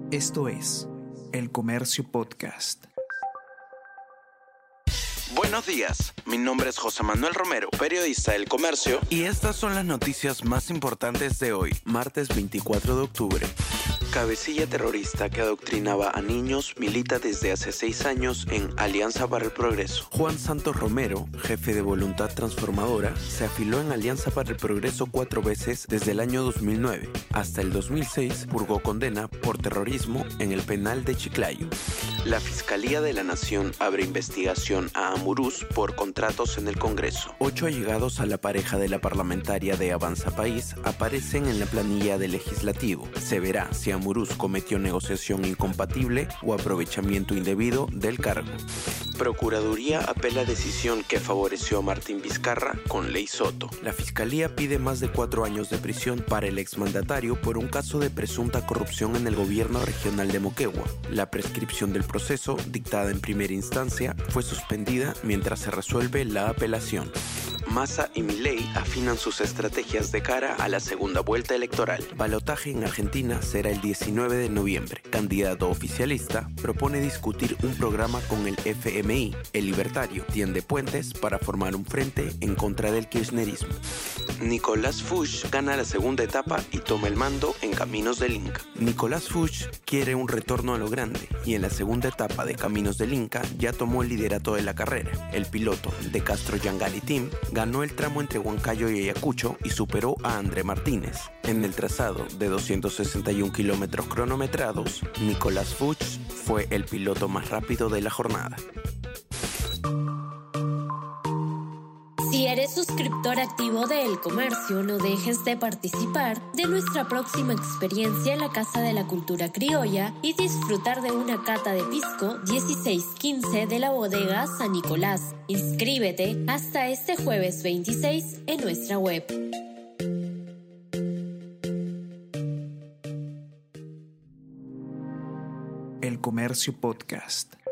Esto es El Comercio Podcast. Buenos días, mi nombre es José Manuel Romero, periodista del Comercio, y estas son las noticias más importantes de hoy, martes 24 de octubre. Cabecilla terrorista que adoctrinaba a niños milita desde hace 6 años en Alianza para el Progreso. Juan Santos Romero, jefe de Voluntad Transformadora, se afiló en Alianza para el Progreso 4 veces desde el año 2009. Hasta el 2006 purgó condena por terrorismo en el penal de Chiclayo. La Fiscalía de la Nación abre investigación a Amurús por contratos en el Congreso. 8 allegados a la pareja de la parlamentaria de Avanza País aparecen en la planilla del Legislativo. Se verá si Amurús cometió negociación incompatible o aprovechamiento indebido del cargo. Procuraduría apela decisión que favoreció a Martín Vizcarra con Ley Soto. La Fiscalía pide más de 4 años de prisión para el exmandatario por un caso de presunta corrupción en el gobierno regional de Moquegua. La prescripción del proceso, dictada en primera instancia, fue suspendida mientras se resuelve la apelación. Massa y Milei afinan sus estrategias de cara a la segunda vuelta electoral. Balotaje en Argentina será el 19 de noviembre. Candidato oficialista propone discutir un programa con el FMI. El Libertario tiende puentes para formar un frente en contra del kirchnerismo. Nicolás Fuchs gana la segunda etapa y toma el mando en Caminos del Inca. Nicolás Fuchs quiere un retorno a lo grande y en la segunda etapa de Caminos del Inca ya tomó el liderato de la carrera. El piloto de Castro Yangali Team ganó el tramo entre Huancayo y Ayacucho y superó a André Martínez. En el trazado de 261 kilómetros cronometrados, Nicolás Fuchs fue el piloto más rápido de la jornada. Si eres suscriptor activo de El Comercio, no dejes de participar de nuestra próxima experiencia en la Casa de la Cultura Criolla y disfrutar de una cata de pisco 1615 de la bodega San Nicolás. Inscríbete hasta este jueves 26 en nuestra web. El Comercio Podcast.